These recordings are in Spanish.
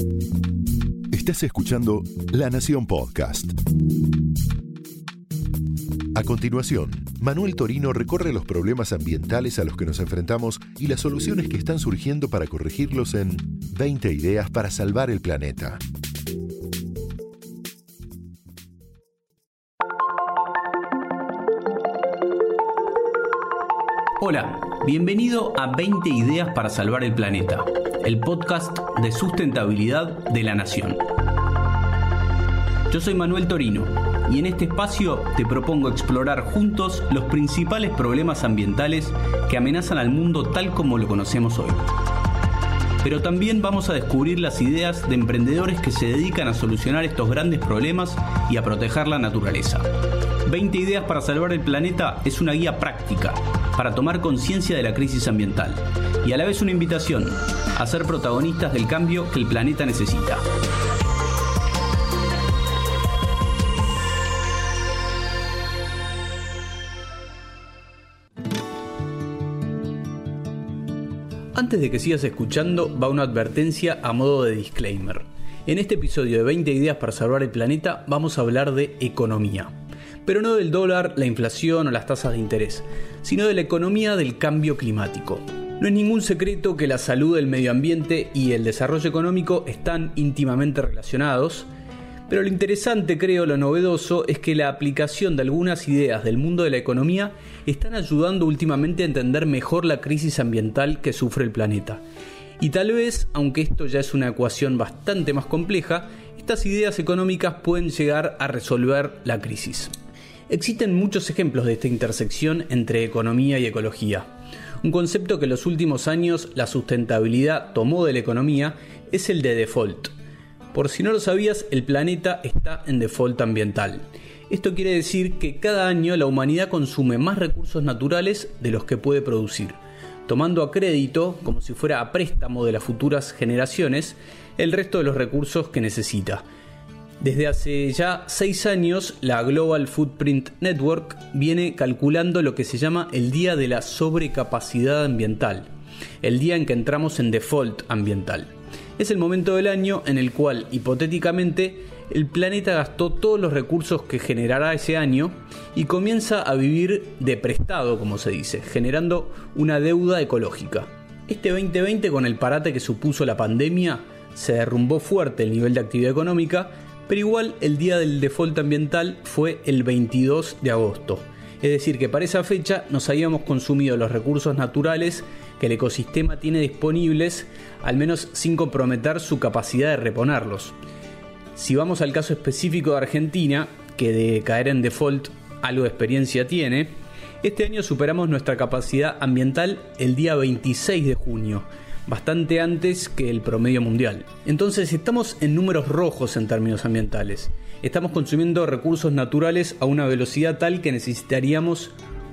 Estás escuchando La Nación Podcast. A continuación, Manuel Torino recorre los problemas ambientales a los que nos enfrentamos y las soluciones que están surgiendo para corregirlos en 20 ideas para salvar el planeta. Hola, bienvenido a 20 ideas para salvar el planeta, el podcast de sustentabilidad de La Nación. Yo soy Manuel Torino y en este espacio te propongo explorar juntos los principales problemas ambientales que amenazan al mundo tal como lo conocemos hoy. Pero también vamos a descubrir las ideas de emprendedores que se dedican a solucionar estos grandes problemas y a proteger la naturaleza. 20 ideas para salvar el planeta es una guía práctica para tomar conciencia de la crisis ambiental y a la vez una invitación a ser protagonistas del cambio que el planeta necesita. Antes de que sigas escuchando, va una advertencia a modo de disclaimer. En este episodio de 20 ideas para salvar el planeta vamos a hablar de economía. Pero no del dólar, la inflación o las tasas de interés, sino de la economía del cambio climático. No es ningún secreto que la salud del medio ambiente y el desarrollo económico están íntimamente relacionados, pero lo interesante, creo, lo novedoso, es que la aplicación de algunas ideas del mundo de la economía están ayudando últimamente a entender mejor la crisis ambiental que sufre el planeta. Y tal vez, aunque esto ya es una ecuación bastante más compleja, estas ideas económicas pueden llegar a resolver la crisis. Existen muchos ejemplos de esta intersección entre economía y ecología. Un concepto que en los últimos años la sustentabilidad tomó de la economía es el de default. Por si no lo sabías, el planeta está en default ambiental. Esto quiere decir que cada año la humanidad consume más recursos naturales de los que puede producir, tomando a crédito, como si fuera a préstamo de las futuras generaciones, el resto de los recursos que necesita. Desde hace ya 6 años, la Global Footprint Network viene calculando lo que se llama el día de la sobrecapacidad ambiental, el día en que entramos en default ambiental. Es el momento del año en el cual, hipotéticamente, el planeta gastó todos los recursos que generará ese año y comienza a vivir de prestado, como se dice, generando una deuda ecológica. Este 2020, con el parate que supuso la pandemia, se derrumbó fuerte el nivel de actividad económica, pero igual el día del default ambiental fue el 22 de agosto. Es decir, que para esa fecha nos habíamos consumido los recursos naturales que el ecosistema tiene disponibles, al menos sin comprometer su capacidad de reponerlos. Si vamos al caso específico de Argentina, que de caer en default algo de experiencia tiene, este año superamos nuestra capacidad ambiental el día 26 de junio, bastante antes que el promedio mundial. Entonces estamos en números rojos en términos ambientales. Estamos consumiendo recursos naturales a una velocidad tal que necesitaríamos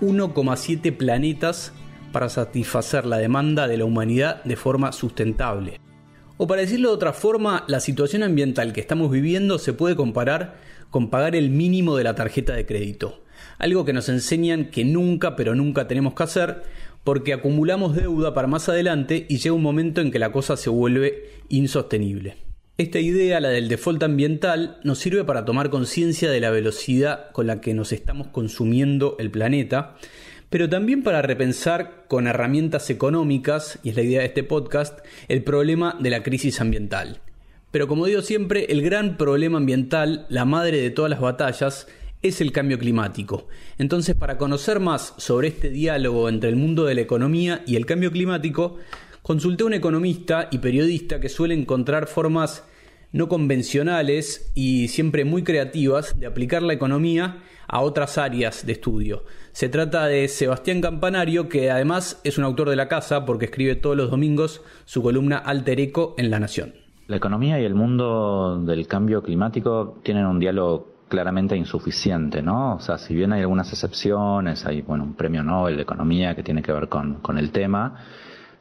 1,7 planetas para satisfacer la demanda de la humanidad de forma sustentable. O para decirlo de otra forma, la situación ambiental que estamos viviendo se puede comparar con pagar el mínimo de la tarjeta de crédito. Algo que nos enseñan que nunca, pero nunca tenemos que hacer, porque acumulamos deuda para más adelante y llega un momento en que la cosa se vuelve insostenible. Esta idea, la del default ambiental, nos sirve para tomar conciencia de la velocidad con la que nos estamos consumiendo el planeta, pero también para repensar con herramientas económicas, y es la idea de este podcast, el problema de la crisis ambiental. Pero como digo siempre, el gran problema ambiental, la madre de todas las batallas, es el cambio climático. Entonces, para conocer más sobre este diálogo entre el mundo de la economía y el cambio climático, consulté a un economista y periodista que suele encontrar formas no convencionales y siempre muy creativas de aplicar la economía a otras áreas de estudio. Se trata de Sebastián Campanario, que además es un autor de la casa porque escribe todos los domingos su columna Alter Eco en La Nación. La economía y el mundo del cambio climático tienen un diálogo claramente insuficiente, ¿no? O sea, si bien hay algunas excepciones, hay un premio Nobel de Economía que tiene que ver con el tema,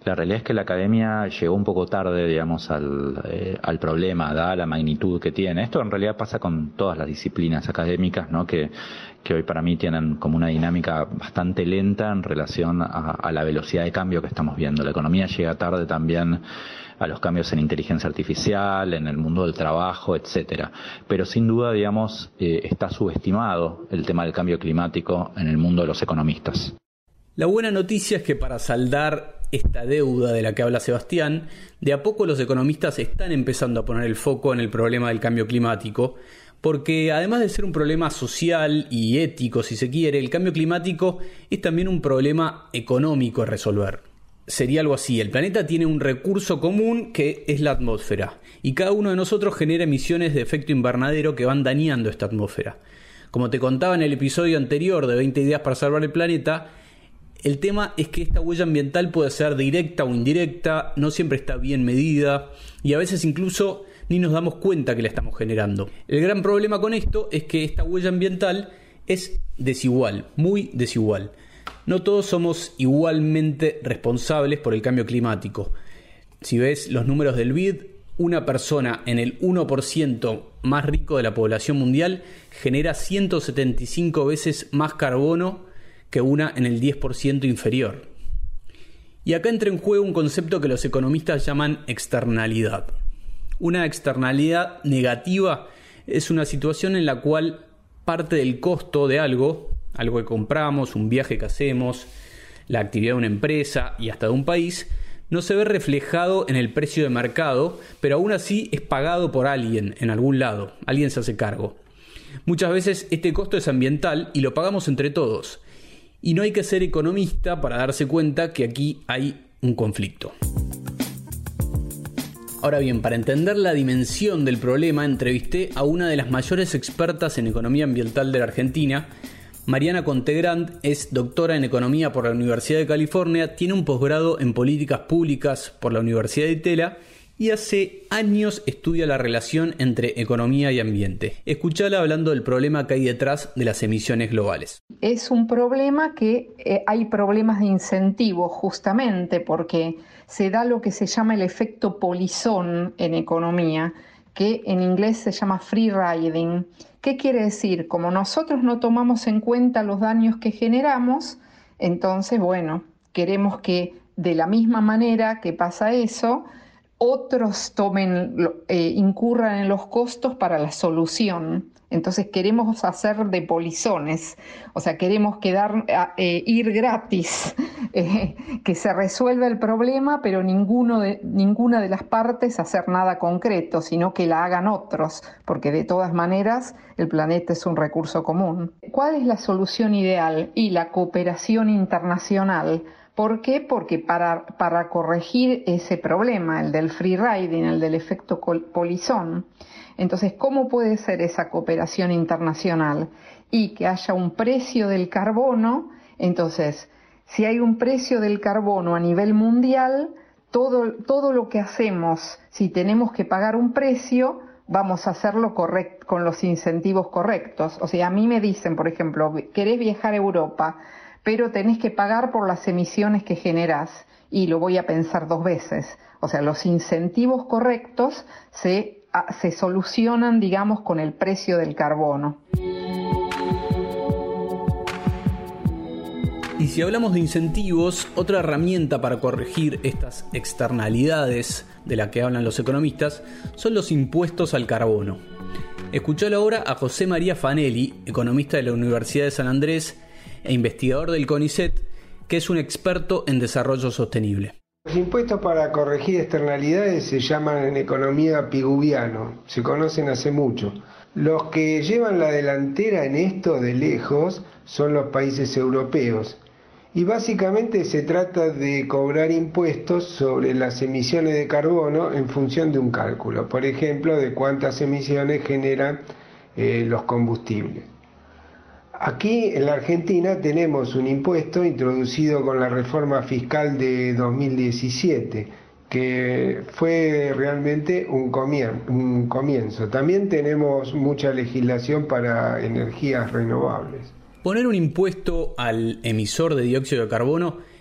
La realidad es que la academia llegó un poco tarde, digamos, al problema, dada la magnitud que tiene. Esto en realidad pasa con todas las disciplinas académicas, ¿no? Que hoy para mí tienen como una dinámica bastante lenta en relación a la velocidad de cambio que estamos viendo. La economía llega tarde también a los cambios en inteligencia artificial, en el mundo del trabajo, etcétera. Pero sin duda, digamos, está subestimado el tema del cambio climático en el mundo de los economistas. La buena noticia es que para saldar esta deuda de la que habla Sebastián, de a poco los economistas están empezando a poner el foco en el problema del cambio climático, porque además de ser un problema social y ético, si se quiere, el cambio climático es también un problema económico a resolver. Sería algo así: el planeta tiene un recurso común que es la atmósfera, y cada uno de nosotros genera emisiones de efecto invernadero que van dañando esta atmósfera. Como te contaba en el episodio anterior de 20 ideas para salvar el planeta, el tema es que esta huella ambiental puede ser directa o indirecta, no siempre está bien medida y a veces incluso ni nos damos cuenta que la estamos generando. El gran problema con esto es que esta huella ambiental es desigual, muy desigual. No todos somos igualmente responsables por el cambio climático. Si ves los números del BID, una persona en el 1% más rico de la población mundial genera 175 veces más carbono que una en el 10% inferior. Y acá entra en juego un concepto que los economistas llaman externalidad. Una externalidad negativa es una situación en la cual parte del costo de algo que compramos, un viaje que hacemos, la actividad de una empresa y hasta de un país, no se ve reflejado en el precio de mercado, pero aún así es pagado por alguien en algún lado, alguien se hace cargo. Muchas veces este costo es ambiental y lo pagamos entre todos. Y no hay que ser economista para darse cuenta que aquí hay un conflicto. Ahora bien, para entender la dimensión del problema, entrevisté a una de las mayores expertas en economía ambiental de la Argentina. Mariana Contegrand es doctora en Economía por la Universidad de California, tiene un posgrado en Políticas Públicas por la Universidad de Itela y hace años estudia la relación entre economía y ambiente. Escuchala hablando del problema que hay detrás de las emisiones globales. Es un problema que hay problemas de incentivo justamente porque se da lo que se llama el efecto polizón en economía, que en inglés se llama free riding. ¿Qué quiere decir? Como nosotros no tomamos en cuenta los daños que generamos, entonces, queremos que de la misma manera que pasa eso, otros incurran en los costos para la solución. Entonces queremos hacer de polizones, o sea, queremos ir gratis, que se resuelva el problema, pero ninguna de las partes hacer nada concreto, sino que la hagan otros, porque de todas maneras el planeta es un recurso común. ¿Cuál es la solución ideal? Y la cooperación internacional. ¿Por qué? Porque para corregir ese problema, el del free riding, el del efecto polizón, entonces, ¿cómo puede ser esa cooperación internacional? Y que haya un precio del carbono. Entonces, si hay un precio del carbono a nivel mundial, todo lo que hacemos, si tenemos que pagar un precio, vamos a hacerlo con los incentivos correctos. O sea, a mí me dicen, por ejemplo, ¿querés viajar a Europa? Pero tenés que pagar por las emisiones que generás, y lo voy a pensar 2 veces. O sea, los incentivos correctos se solucionan, digamos, con el precio del carbono. Y si hablamos de incentivos, otra herramienta para corregir estas externalidades de las que hablan los economistas son los impuestos al carbono. Escuchalo ahora a José María Fanelli, economista de la Universidad de San Andrés e investigador del CONICET, que es un experto en desarrollo sostenible. Los impuestos para corregir externalidades se llaman en economía piguviano, se conocen hace mucho. Los que llevan la delantera en esto de lejos son los países europeos. Y básicamente se trata de cobrar impuestos sobre las emisiones de carbono en función de un cálculo, por ejemplo, de cuántas emisiones generan los combustibles. Aquí en la Argentina tenemos un impuesto introducido con la reforma fiscal de 2017, que fue realmente un comienzo. También tenemos mucha legislación para energías renovables. Poner un impuesto al emisor de dióxido de carbono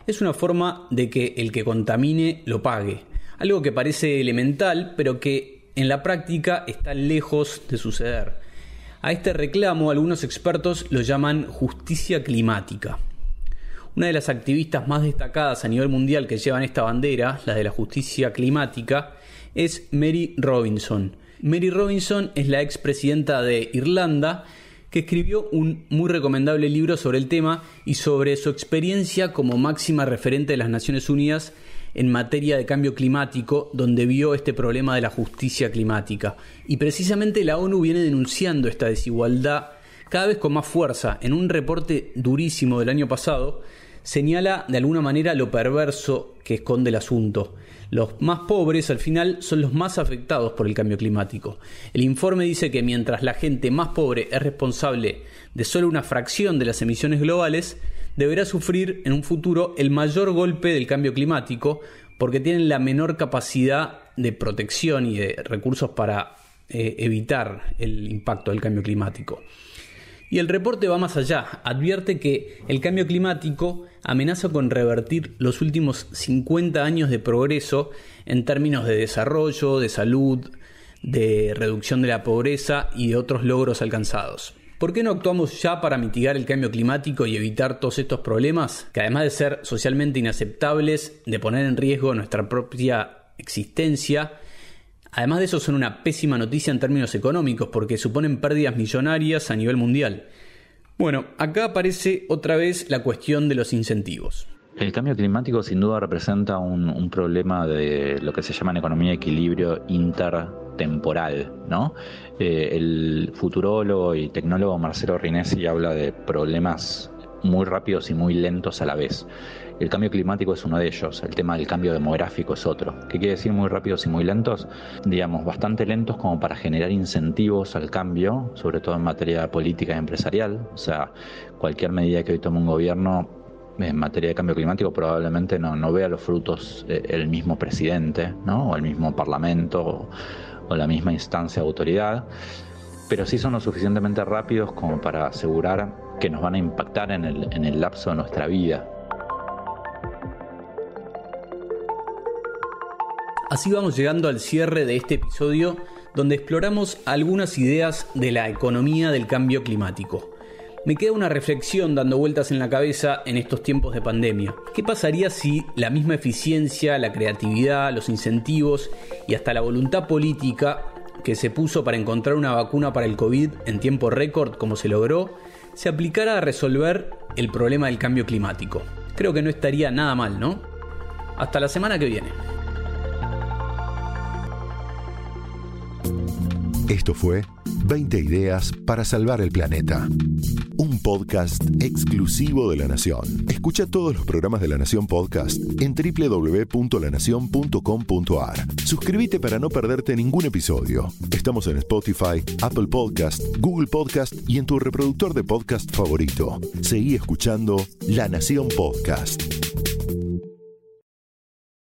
es una forma de que el que contamine lo pague. Algo que parece elemental, pero que en la práctica está lejos de suceder. A este reclamo algunos expertos lo llaman justicia climática. Una de las activistas más destacadas a nivel mundial que llevan esta bandera, la de la justicia climática, es Mary Robinson. Mary Robinson es la expresidenta de Irlanda, que escribió un muy recomendable libro sobre el tema y sobre su experiencia como máxima referente de las Naciones Unidas en materia de cambio climático, donde vio este problema de la justicia climática. Y precisamente la ONU viene denunciando esta desigualdad cada vez con más fuerza. En un reporte durísimo del año pasado, señala de alguna manera lo perverso que esconde el asunto. Los más pobres al final son los más afectados por el cambio climático. El informe dice que mientras la gente más pobre es responsable de solo una fracción de las emisiones globales, deberá sufrir en un futuro el mayor golpe del cambio climático porque tienen la menor capacidad de protección y de recursos para evitar el impacto del cambio climático. Y el reporte va más allá, advierte que el cambio climático amenaza con revertir los últimos 50 años de progreso en términos de desarrollo, de salud, de reducción de la pobreza y de otros logros alcanzados. ¿Por qué no actuamos ya para mitigar el cambio climático y evitar todos estos problemas, que además de ser socialmente inaceptables, de poner en riesgo nuestra propia existencia, además de eso son una pésima noticia en términos económicos porque suponen pérdidas millonarias a nivel mundial? Bueno, acá aparece otra vez la cuestión de los incentivos. El cambio climático sin duda representa un problema de lo que se llama en economía de equilibrio intertemporal, ¿no? El futurólogo y tecnólogo Marcelo Rinesi habla de problemas muy rápidos y muy lentos a la vez. El cambio climático es uno de ellos, el tema del cambio demográfico es otro. ¿Qué quiere decir muy rápidos y muy lentos? Digamos, bastante lentos como para generar incentivos al cambio, sobre todo en materia política y empresarial. O sea, cualquier medida que hoy tome un gobierno en materia de cambio climático probablemente no vea los frutos el mismo presidente, ¿no? O el mismo parlamento o la misma instancia de autoridad, pero sí son lo suficientemente rápidos como para asegurar que nos van a impactar en el lapso de nuestra vida. Así vamos llegando al cierre de este episodio, donde exploramos algunas ideas de la economía del cambio climático. Me queda una reflexión dando vueltas en la cabeza en estos tiempos de pandemia. ¿Qué pasaría si la misma eficiencia, la creatividad, los incentivos y hasta la voluntad política que se puso para encontrar una vacuna para el COVID en tiempo récord, como se logró, se aplicara a resolver el problema del cambio climático? Creo que no estaría nada mal, ¿no? Hasta la semana que viene. Esto fue 20 ideas para salvar el planeta. Un podcast exclusivo de La Nación. Escucha todos los programas de La Nación Podcast en www.lanacion.com.ar. Suscríbete para no perderte ningún episodio. Estamos en Spotify, Apple Podcast, Google Podcast y en tu reproductor de podcast favorito. Seguí escuchando La Nación Podcast.